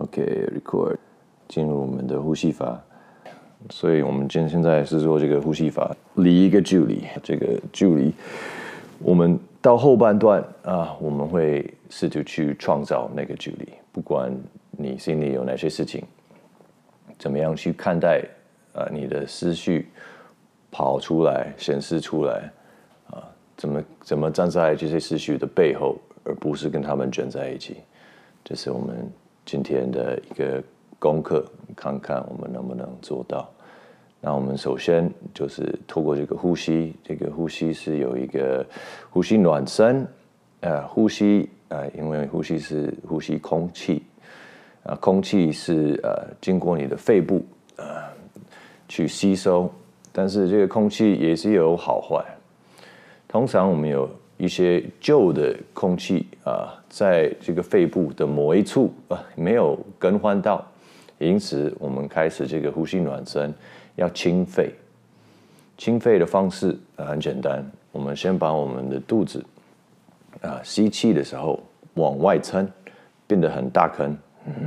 OK，record，进入我们的呼吸法。所以我们现在是做这个呼吸法，离一个距离，这个距离，我们到后半段我们会试图去创造那个距离，不管你心里有哪些事情，怎么样去看待你的思绪跑出来、显示出来怎么站在这些思绪的背后，而不是跟他们卷在一起。这是我们今天的一个功课，看看我们能不能做到。那我们首先就是透过这个呼吸，这个呼吸是有一个呼吸暖身，呼吸因为呼吸是呼吸空气，空气是经过你的肺部去吸收，但是这个空气也是有好坏。通常我们有一些旧的空气在这个肺部的某一处没有更换到，因此我们开始这个呼吸暖身，要清肺。清肺的方式很简单，我们先把我们的肚子吸气的时候往外撑，变得很大坑，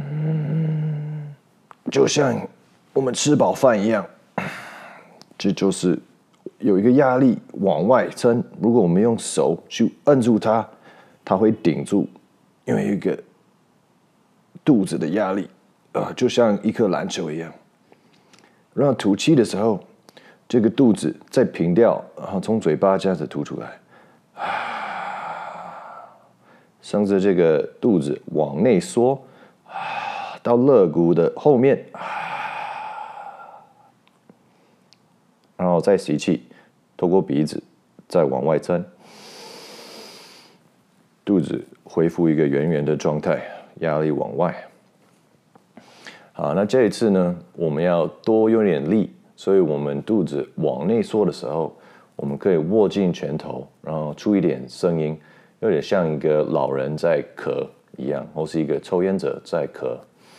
就像我们吃饱饭一样，这就是有一个压力往外撑。如果我们用手去摁住它，它会顶住，因为有一个肚子的压力，就像一颗篮球一样。然后吐气的时候，这个肚子再平掉，然后从嘴巴这样子吐出来，顺着这个肚子往内缩，到肋骨的后面，然后再吸气，透过鼻子再往外撑，肚子恢复一个圆圆的状态，压力往外。好，那这一次呢，我们要多用点力，所以我们肚子往内缩的时候，我们可以握紧拳头，然后出一点声音，有点像一个老人在咳一样，或是一个抽烟者在咳。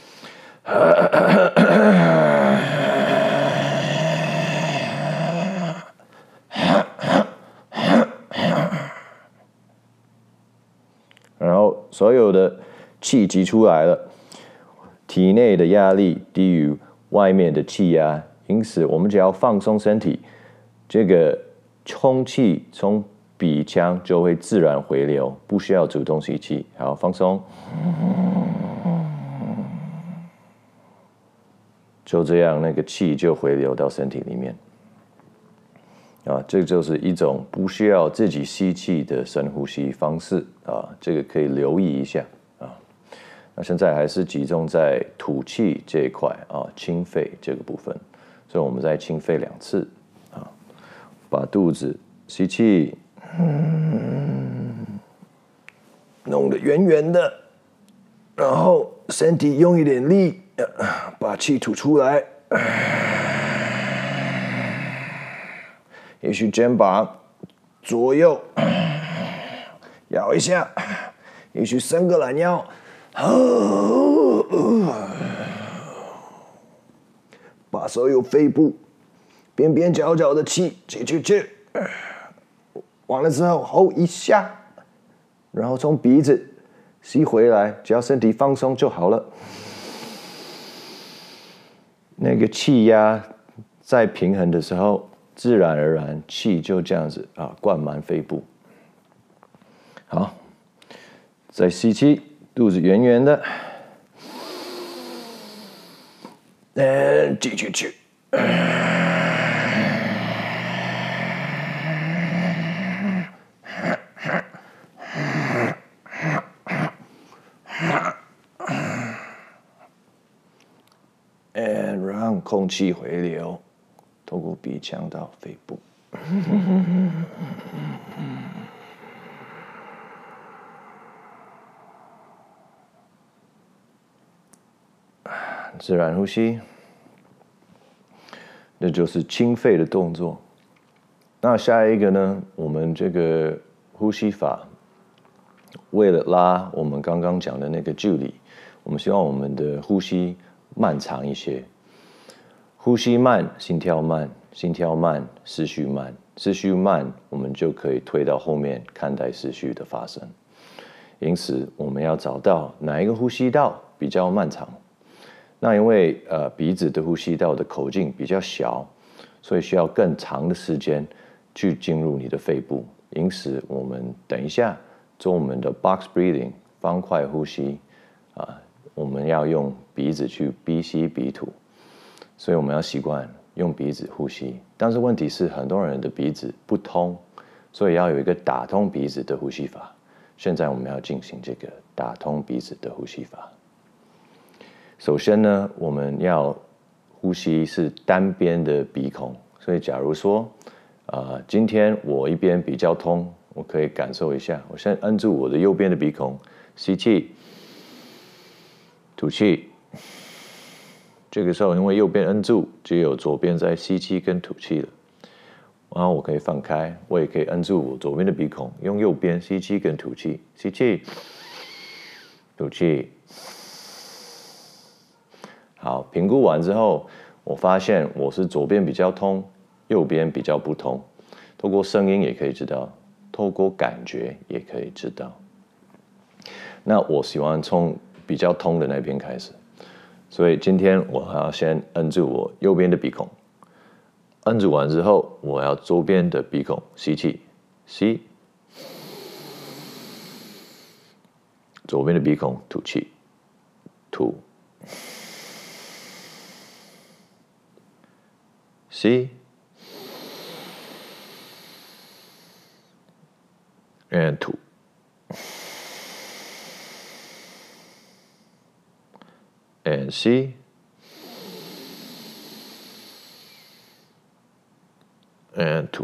然后所有的气挤出来了，体内的压力低于外面的气压，因此我们只要放松身体，这个空气从鼻腔就会自然回流，不需要主动吸气。好，放松，就这样，那个气就回流到身体里面。这就是一种不需要自己吸气的深呼吸方式这个可以留意一下那现在还是集中在吐气这一块清肺这个部分，所以我们再清肺2次把肚子吸气，弄得圆圆的，然后身体用一点力把气吐出来。也许肩膀左右摇一下，也许伸个懒腰，把所有肺部边边角角的气挤出去，完了之后hold一下，然后从鼻子吸回来，只要身体放松就好了。那个气压在平衡的时候，自然而然气就这样子灌满肺部。好，再吸气，肚子圆圆的，挤出去。让空气回流，透过鼻腔到肺部。自然呼吸，这就是清肺的动作。那下一个呢，我们这个呼吸法，为了拉我们刚刚讲的那个距离，我们希望我们的呼吸漫长一些。呼吸慢，心跳慢，心跳慢，思绪慢，思绪慢，我们就可以推到后面看待思绪的发生。因此，我们要找到哪一个呼吸道比较漫长， 那因为鼻子的呼吸道的口径比较小，所以需要更长的时间去进入你的肺部。因此，我们等一下做我们的 box breathing 方块呼吸我们要用鼻子去鼻吸鼻吐，所以我们要习惯用鼻子呼吸。但是问题是，很多人的鼻子不通，所以要有一个打通鼻子的呼吸法。现在我们要进行这个打通鼻子的呼吸法。首先呢，我们要呼吸是单边的鼻孔，所以假如说今天我一边比较通，我可以感受一下。我先按住我的右边的鼻孔，吸气，吐气。这个时候因为右边按住，只有左边在吸气跟吐气了。然后我可以放开，我也可以按住我左边的鼻孔，用右边吸气跟吐气，吸气，吐气。好，评估完之后，我发现我是左边比较通，右边比较不通。透过声音也可以知道，透过感觉也可以知道。那我喜欢从比较通的那边开始，所以今天我要先按住我右边的鼻孔。按住完之后，我要左边的鼻孔吸气，吸；左边的鼻孔吐气，吐；吸 ，and 吐。and 吸。and 吐。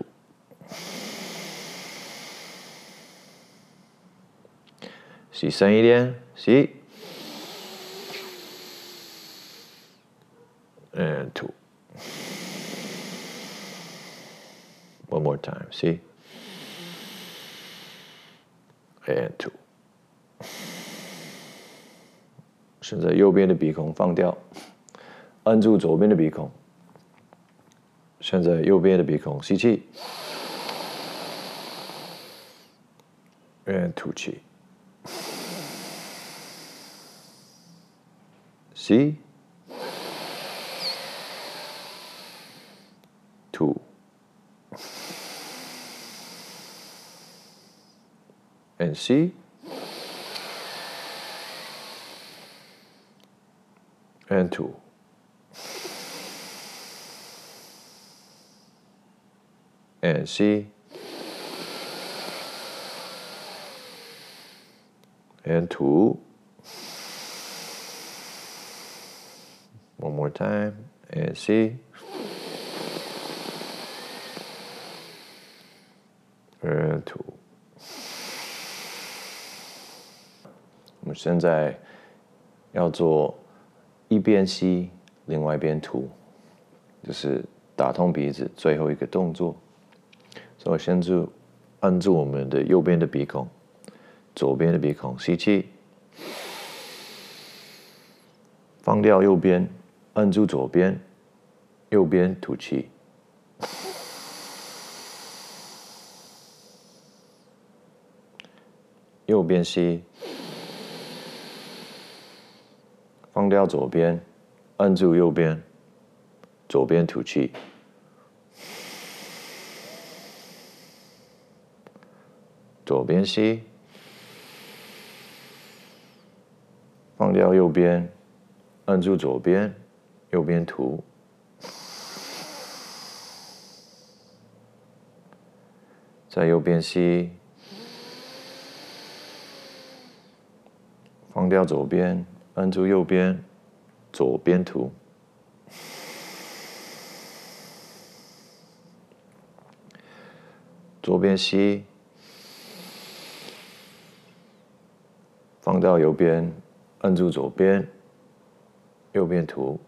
吸深一点，吸 and 吐。One more time， 吸 and 吐。现在右边的鼻孔放掉，按住左边的鼻孔。现在右边的鼻孔吸气 and 吐气，吸，吐 and 吸 and 吐。and 吸 and 吐。One more time and 吸 and 吐。我们现在要做一边吸，另外一边吐，就是打通鼻子最后一个动作。所以我先按住我们的右边的鼻孔，左边的鼻孔吸气，放掉右边，按住左边，右边吐气。右边吸，放掉左边，按住右边，左边吐气。左边吸，放掉右边，按住左边，右边吐。在右边吸，放掉左边，按住右边，左边吐。左边吸，放掉右边，按住左边，右边吐。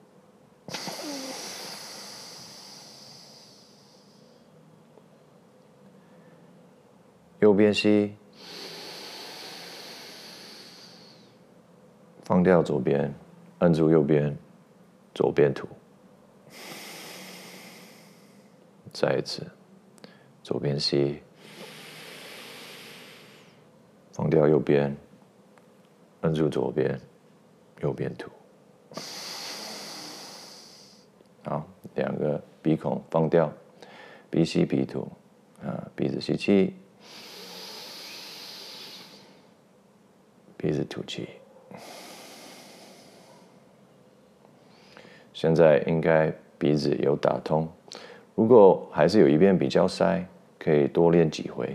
右边吸，放掉左边，按住右边，左边吐。再一次，左边吸，放掉右边，按住左边，右边吐。 2个鼻孔放掉，鼻吸鼻吐，鼻子吸气，鼻子吐气。现在应该鼻子有打通，如果还是有一边比较塞，可以多练几回。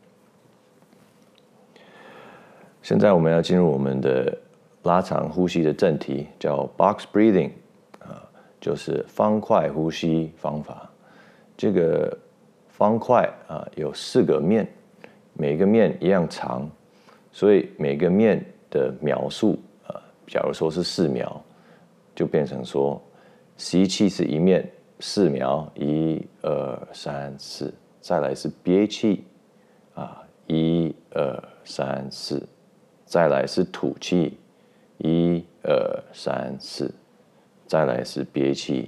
现在我们要进入我们的拉长呼吸的正题，叫 box breathing， 就是方块呼吸方法。这个方块有4个面，每个面一样长，所以每个面的秒数假如说是4秒，就变成说吸气是一面4秒，1、2、3、4，再来是憋气1、2、3、4，再来是吐气1、2、3、4，再来是憋气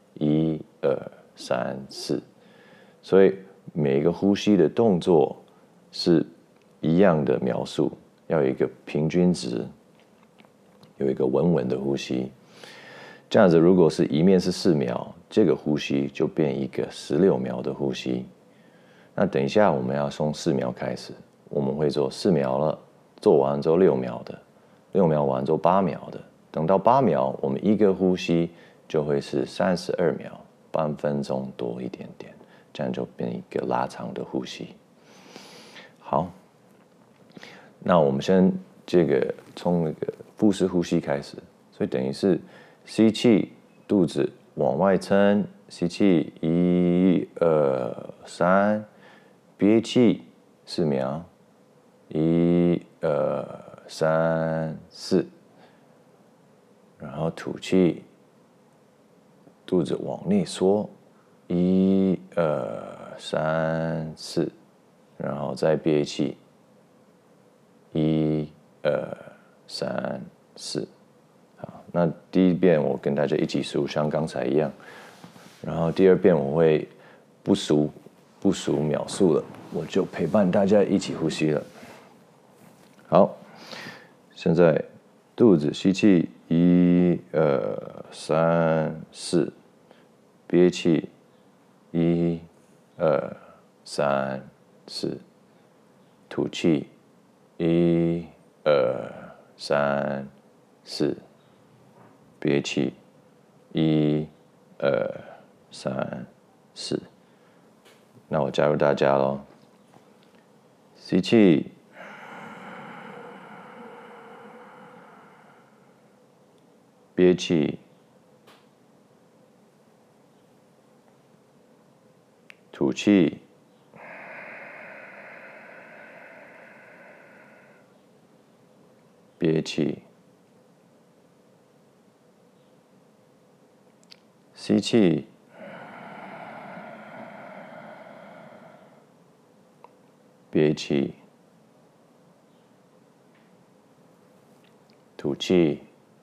1、2、3、4。所以每个呼吸的动作是一样的描述，要有一个平均值，有一个稳稳的呼吸。这样子，如果是一面是4秒，这个呼吸就变一个16秒的呼吸。那等一下我们要从4秒开始，我们会做4秒了，做完之后6秒的，6秒完之后8秒的，等到8秒，我们一个呼吸就会是32秒，半分钟多一点点，这样就变一个拉长的呼吸。好，那我们先从那个腹式呼吸开始，所以等于是吸气，肚子往外撑，吸气1、2、3，憋气4秒，1、2、3、4，然后吐气，肚子往内缩，1、2、3、4，然后再憋气，1、2、3、4。好，那第一遍我跟大家一起数，像刚才一样。然后第2遍我会不数秒数了，我就陪伴大家一起呼吸了。好，现在肚子吸气1、2、3、4，憋气1、2、3、4，吐气1、2、3、4，憋气1、2、3、4。那我加入大家咯，吸气，憋气，吐气，憋气，吸气，憋气，吐气，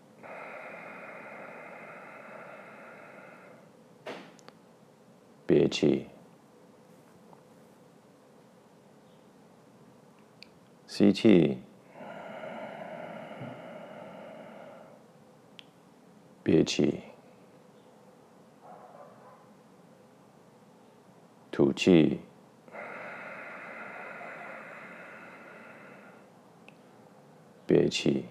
憋气，吸气，憋气，吐气，憋气，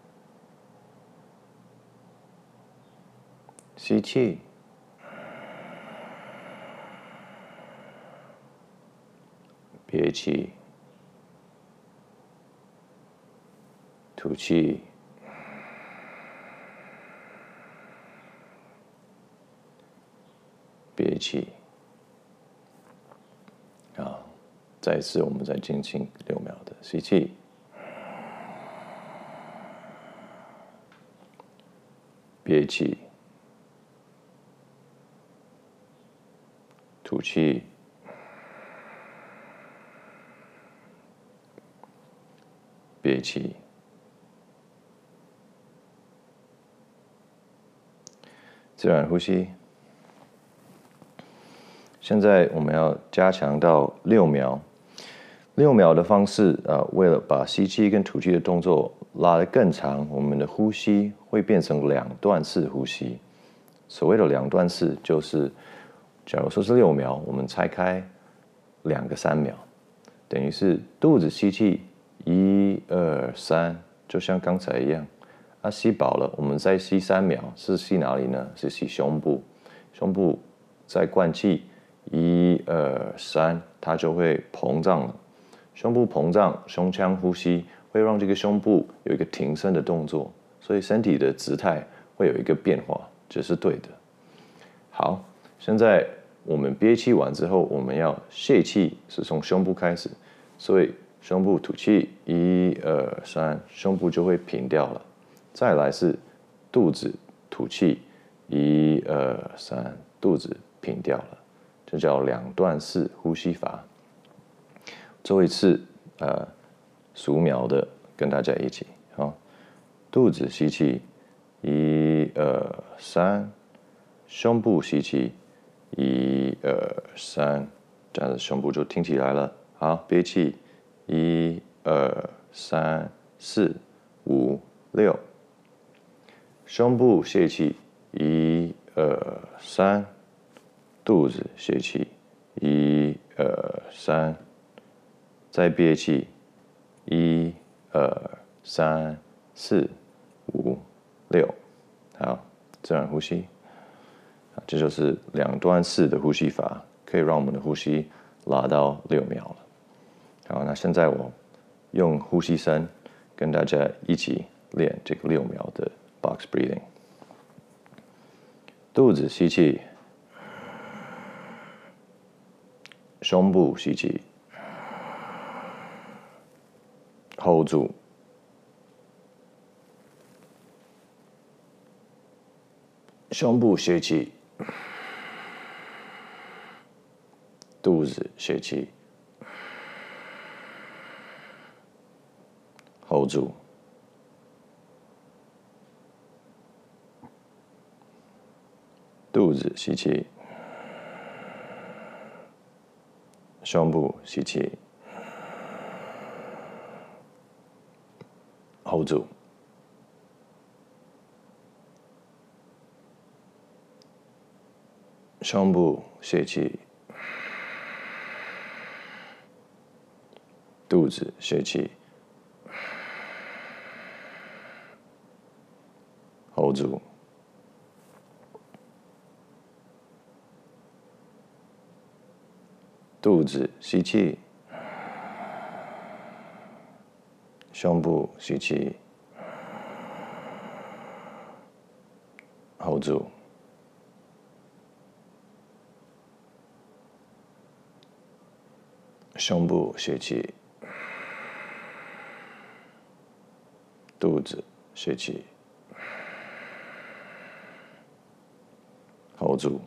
吸气，憋气，吐气，憋气。好，再一次我们再进行6秒的吸气，憋气，吐气，憋气。自然呼吸。现在我们要加强到6秒。6秒的方式为了把吸气跟吐气的动作拉得更长，我们的呼吸会变成2段式呼吸。 所谓的两段式就是，假如说是6秒，我们拆开2个3秒，等于是肚子吸气1、2、3，就像刚才一样。吸饱了，我们再吸3秒，是吸哪里呢？是吸胸部，胸部再灌气1、2、3，它就会膨胀了。胸部膨胀，胸腔呼吸会让这个胸部有一个挺身的动作，所以身体的姿态会有一个变化，这是对的。好，现在我们憋气完之后，我们要泄气，是从胸部开始，所以胸部吐气1、2、3，胸部就会平掉了。再来是肚子吐气1、2、3，肚子平掉了，这叫两段式呼吸法。做一次数秒的，跟大家一起。好，肚子吸气1、2、3，胸部吸气1、2、3，这样子胸部就挺起来了。好，憋气1、2、3、4、5、6。胸部泄气1、2、3，肚子泄气1、2、3，再憋气1、2、3、4、5、6。好，自然呼吸。这就是两段式的呼吸法，可以让我们的呼吸拉到6秒了。好，那现在我用呼吸声跟大家一起练这个6秒的box breathing。肚子吸气，胸部吸气 ，hold 住，胸部吸气，肚子吸气 ，hold 住。肚子吸气，胸部吸气 ，hold 住。胸部吸气，肚子吸气 ，hold 住。肚子吸气，胸部吸气 ，hold 住。胸部吸气，肚子吸气 ，hold 住。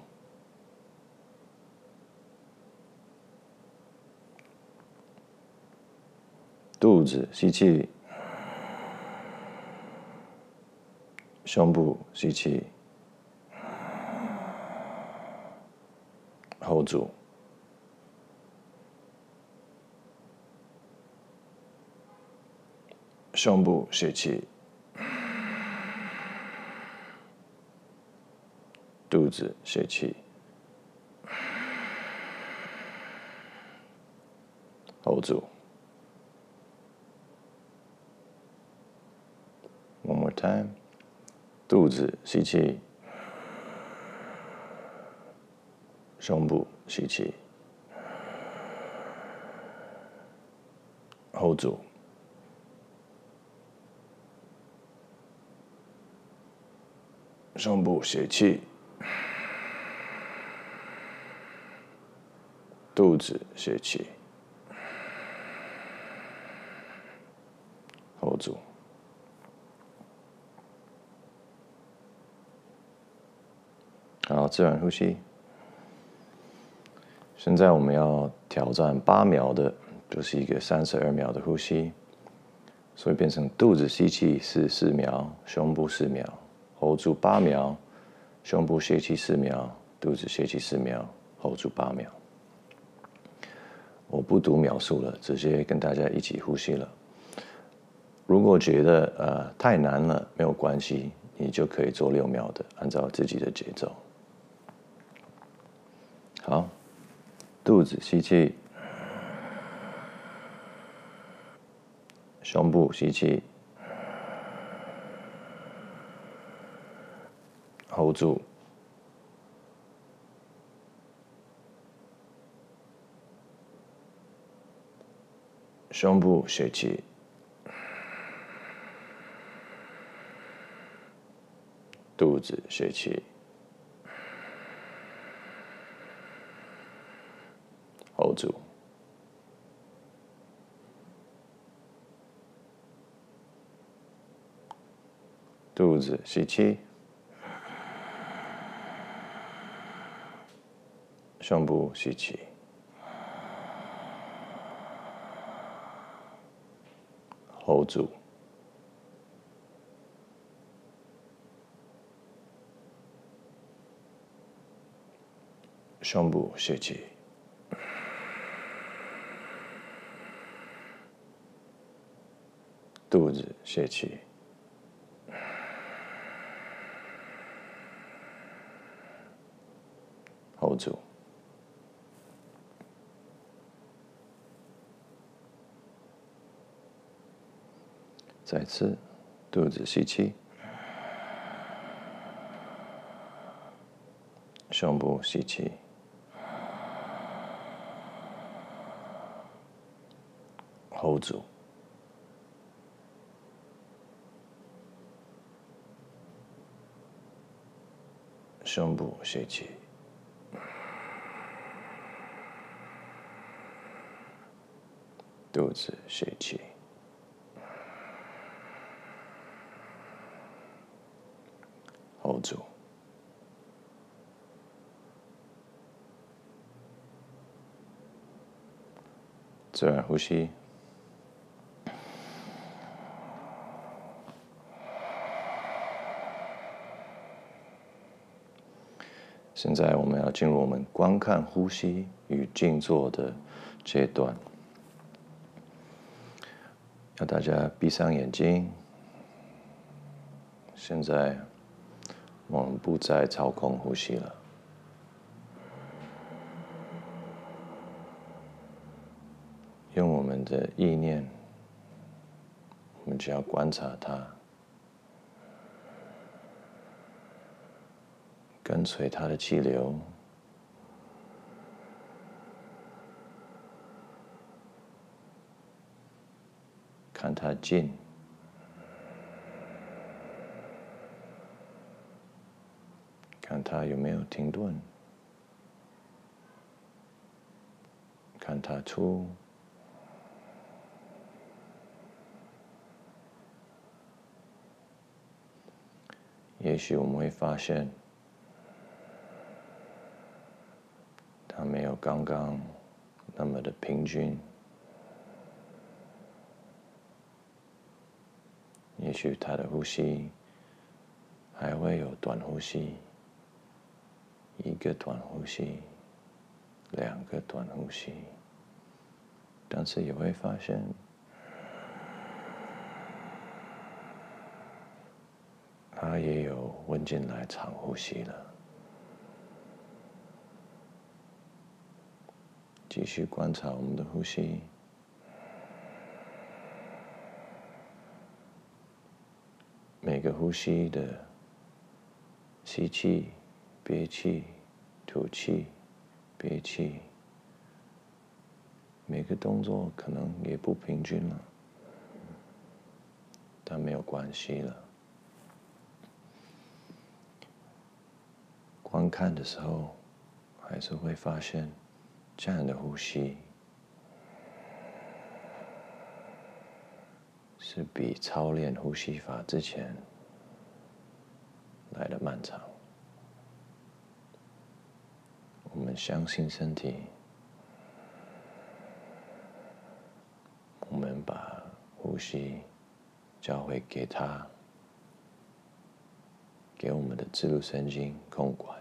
肚子吸气，胸部吸气 ，hold 住。胸部吸气，肚子吸气 ，hold 住。One more time， 肚子吸气，胸部吸气 ，hold 住。胸部吸气，肚子吸气 ，hold 住。好，自然呼吸。现在我们要挑战8秒的，就是一个32秒的呼吸，所以变成肚子吸气是4秒，胸部4秒。hold 住8秒，胸部吸气4秒，肚子吸气4秒 ，hold 住8秒。我不读秒数了，直接跟大家一起呼吸了。如果觉得太难了，没有关系， 你就可以做6秒的，按照自己的节奏。好，肚子吸气，胸部吸气 ，hold 住，胸部吸气，肚子吸气 ，hold 住。肚子吸气，胸部吸气 ，hold 住。胸部吸气，肚子吸气。hold 住，再次，肚子吸气，胸部吸气 ，hold 住，胸部吸气。肚子吸气 ，hold 住。自然呼吸。现在我们要进入我们观看呼吸与静坐的阶段。要大家闭上眼睛。现在我们不再操控呼吸了，用我们的意念，我们只要观察它，跟随它的气流，看它进，看它有没有停顿，看它出，也许我们会发现，它没有刚刚那么的平均。也许他的呼吸还会有短呼吸，一个短呼吸，2个短呼吸，但是也会发现，他也有温进来长呼吸了。继续观察我们的呼吸。每个呼吸的吸气、憋气、吐气、憋气，每个动作可能也不平均了，但没有关系了。观看的时候，还是会发现这样的呼吸是比操练呼吸法之前来的漫长。我们相信身体，我们把呼吸交回给他，给我们的自律神经控管，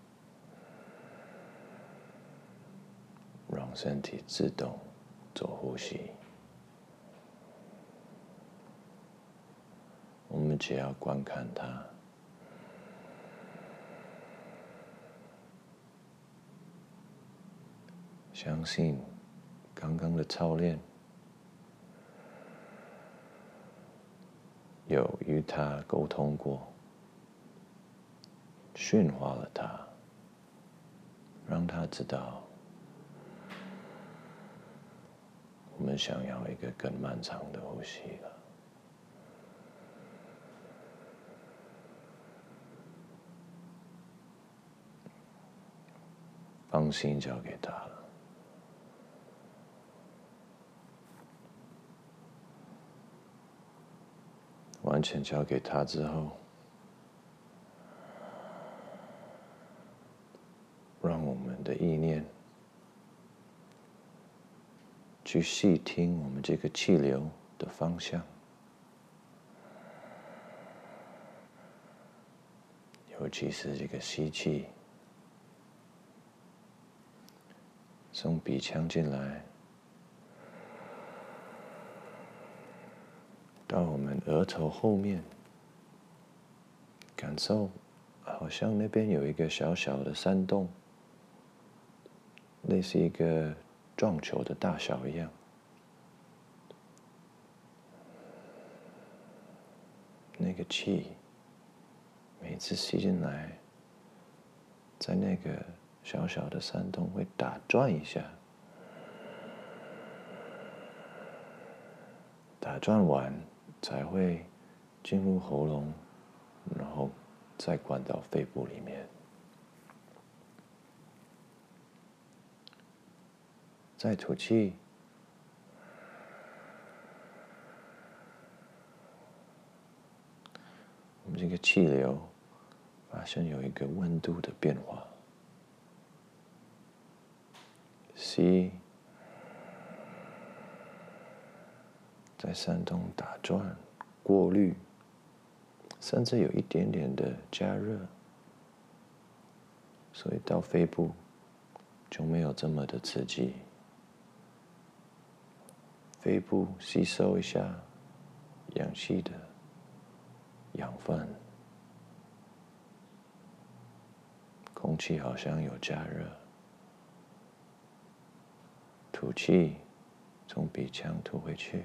让身体自动做呼吸。我们只要观看它， 相信刚刚的操练有与他沟通过，驯化了他，让他知道我们想要一个更漫长的呼吸了。放心交给他了。完全交给他之后，让我们的意念去细听我们这个气流的方向，尤其是这个吸气，从鼻腔进来，到我们额头后面，感受好像那边有一个小小的山洞，类似一个撞球的大小一样。那个气每次吸进来，在那个小小的山洞会打转一下，打转完才会进入喉咙，然后再灌到肺部里面。再吐气，我们这个气流发现有一个温度的变化。吸，在山洞打转、过滤，甚至有一点点的加热，所以到肺部就没有这么的刺激。肺部吸收一下氧气的养分，空气好像有加热。吐气，从鼻腔吐回去，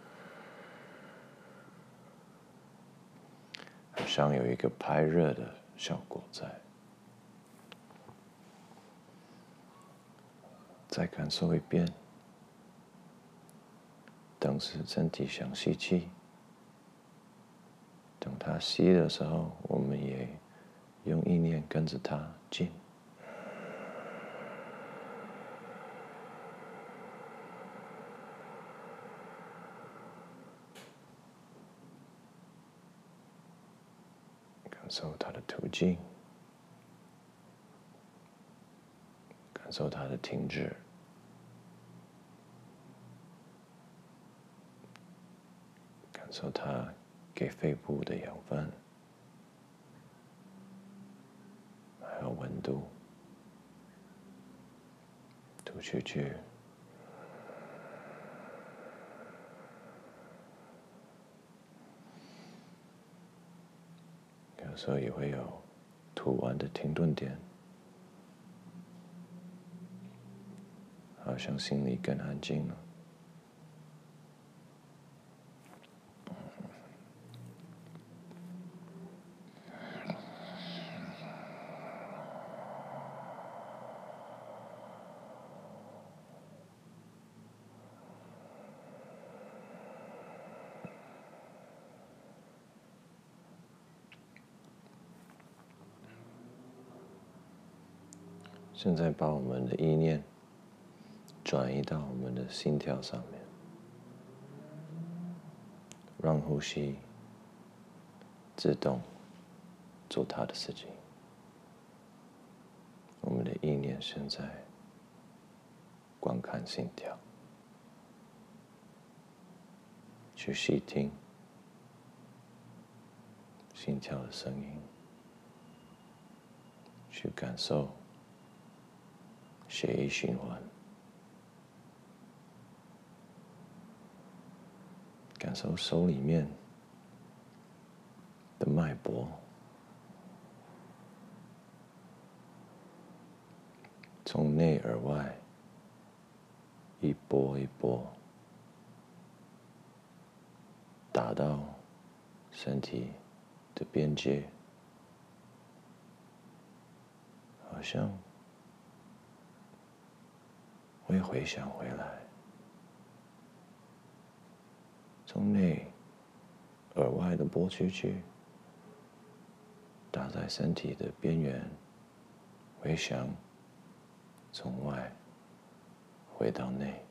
好像有一个排热的效果在。再感受一遍。等时身体想吸气，等它吸的时候，我们也用意念跟着它进。感受它的途径，感受它的停止。感受它给肺部的养分，还有温度。吐出去，有时候也会有吐完的停顿点，好像心里更安静了。现在把我们的意念转移到我们的心跳上面，让呼吸自动做它的事情。我们的意念现在观看心跳，去细听心跳的声音，去感受血液循环，感受手里面的脉搏，从内而外一波一波打到身体的边界，好像会回响回来，从内而外的波出去，打在身体的边缘，回响，从外回到内，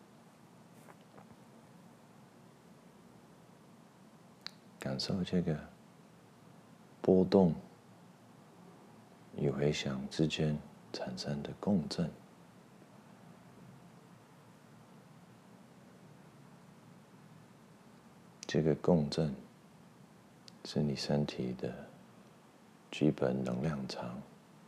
感受这个波动与回响之间产生的共振。这个共振是你身体的基本能量场。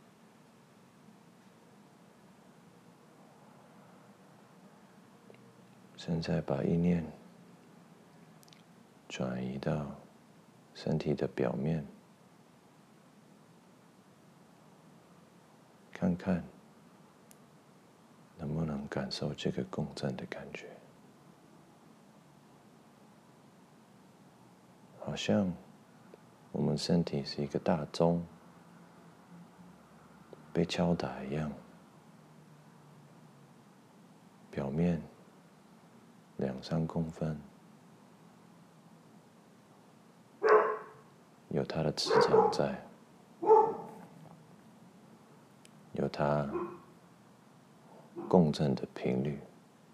现在把意念转移到身体的表面，看看能不能感受这个共振的感觉，好像我们身体是一个大钟被敲打一样，表面2-3公分，有它的磁场在，有它共振的频率。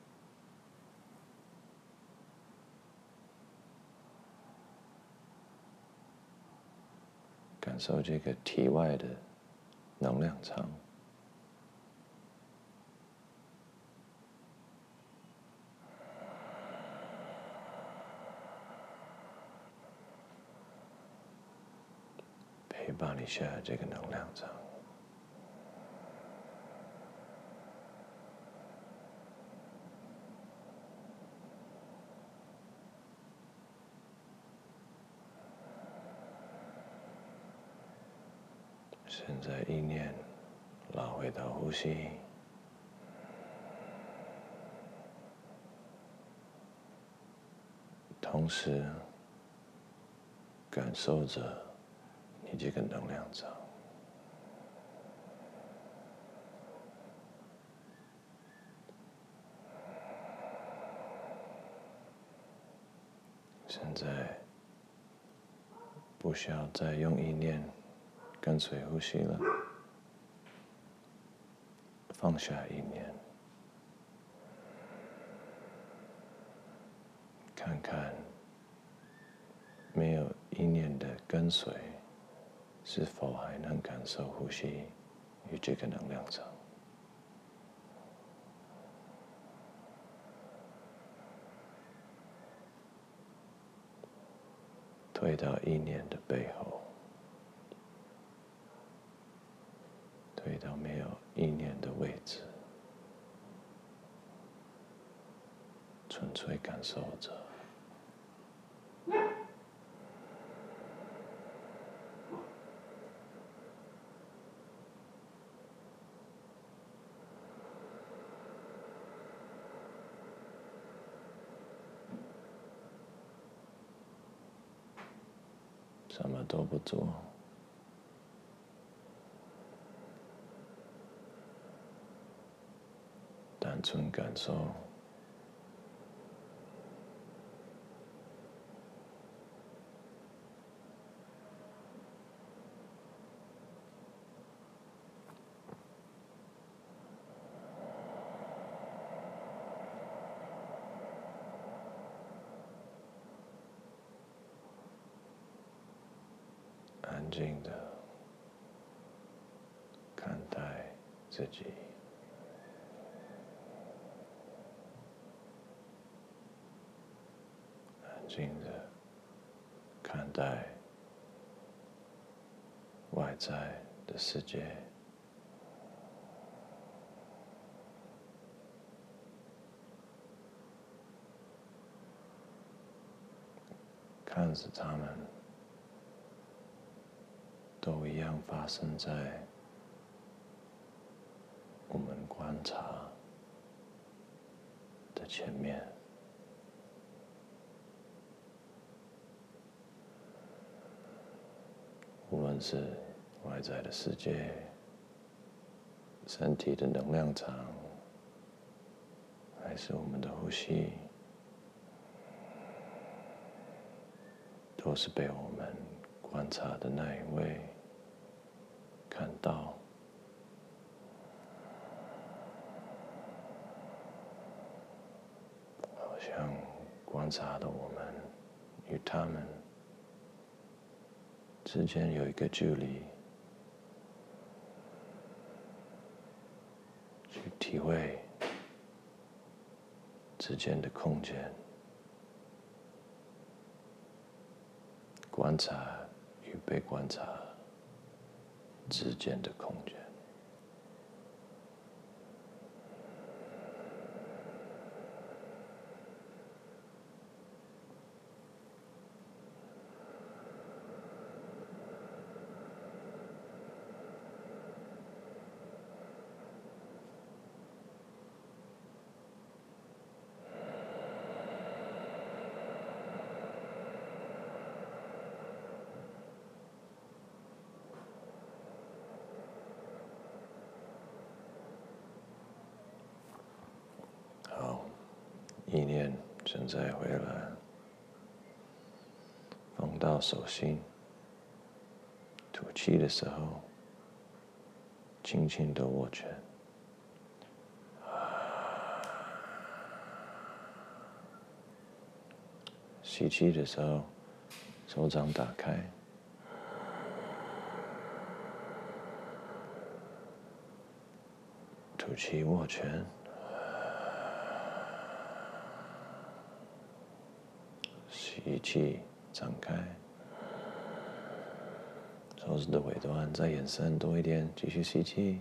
感受这个体外的能量场，陪伴一下这个能量场。现在意念拉回到呼吸，同时感受着你这个能量场。现在不需要再用意念跟随呼吸了，放下意念，看看没有意念的跟随，是否还能感受呼吸与这个能量场。推到意念的背后，推到没有意念的位置，纯粹感受着。什么都不做，单纯感受安静的看待自己，安静的看待外在的世界，看着他们都一样发生在我们观察的前面。无论是外在的世界、身体的能量场，还是我们的呼吸，都是被我们观察的那一位看到。好像观察的我们与他们之间有一个距离，去体会之间的空间，观察与被观察之间的空间。意念现在回来，放到手心，吐气的时候，轻轻的握拳，吸气的时候，手掌打开，吐气握拳。吸气，张开，手指的尾端再延伸多一点，继续吸气，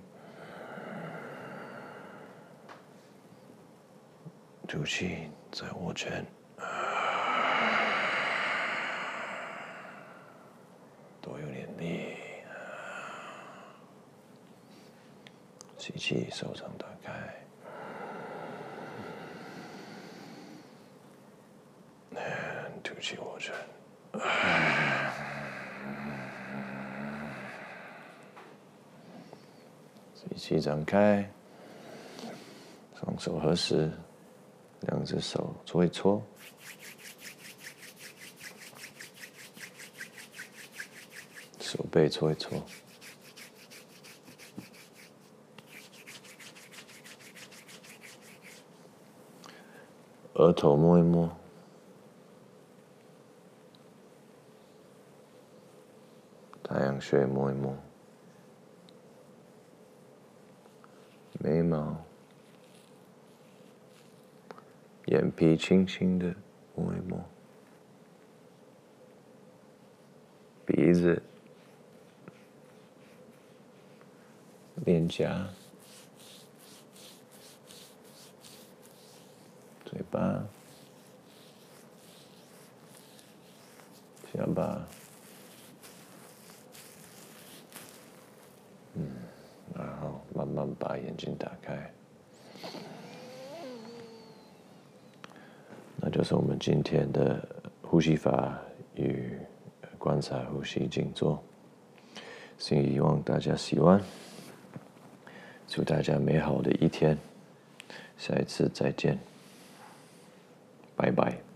吐气，再握拳，多有点力，吸气，手掌打开。吐气握拳，吸气张开，双手合十，两只手搓一搓，手背搓一搓，额头摸一摸。太阳穴摸一摸，眉毛、眼皮轻轻的摸一摸，鼻子、脸颊、嘴巴、下巴。然后慢慢把眼睛打开，那就是我们今天的呼吸法与观察呼吸静坐。希望大家喜欢，祝大家美好的一天，下一次再见，拜拜。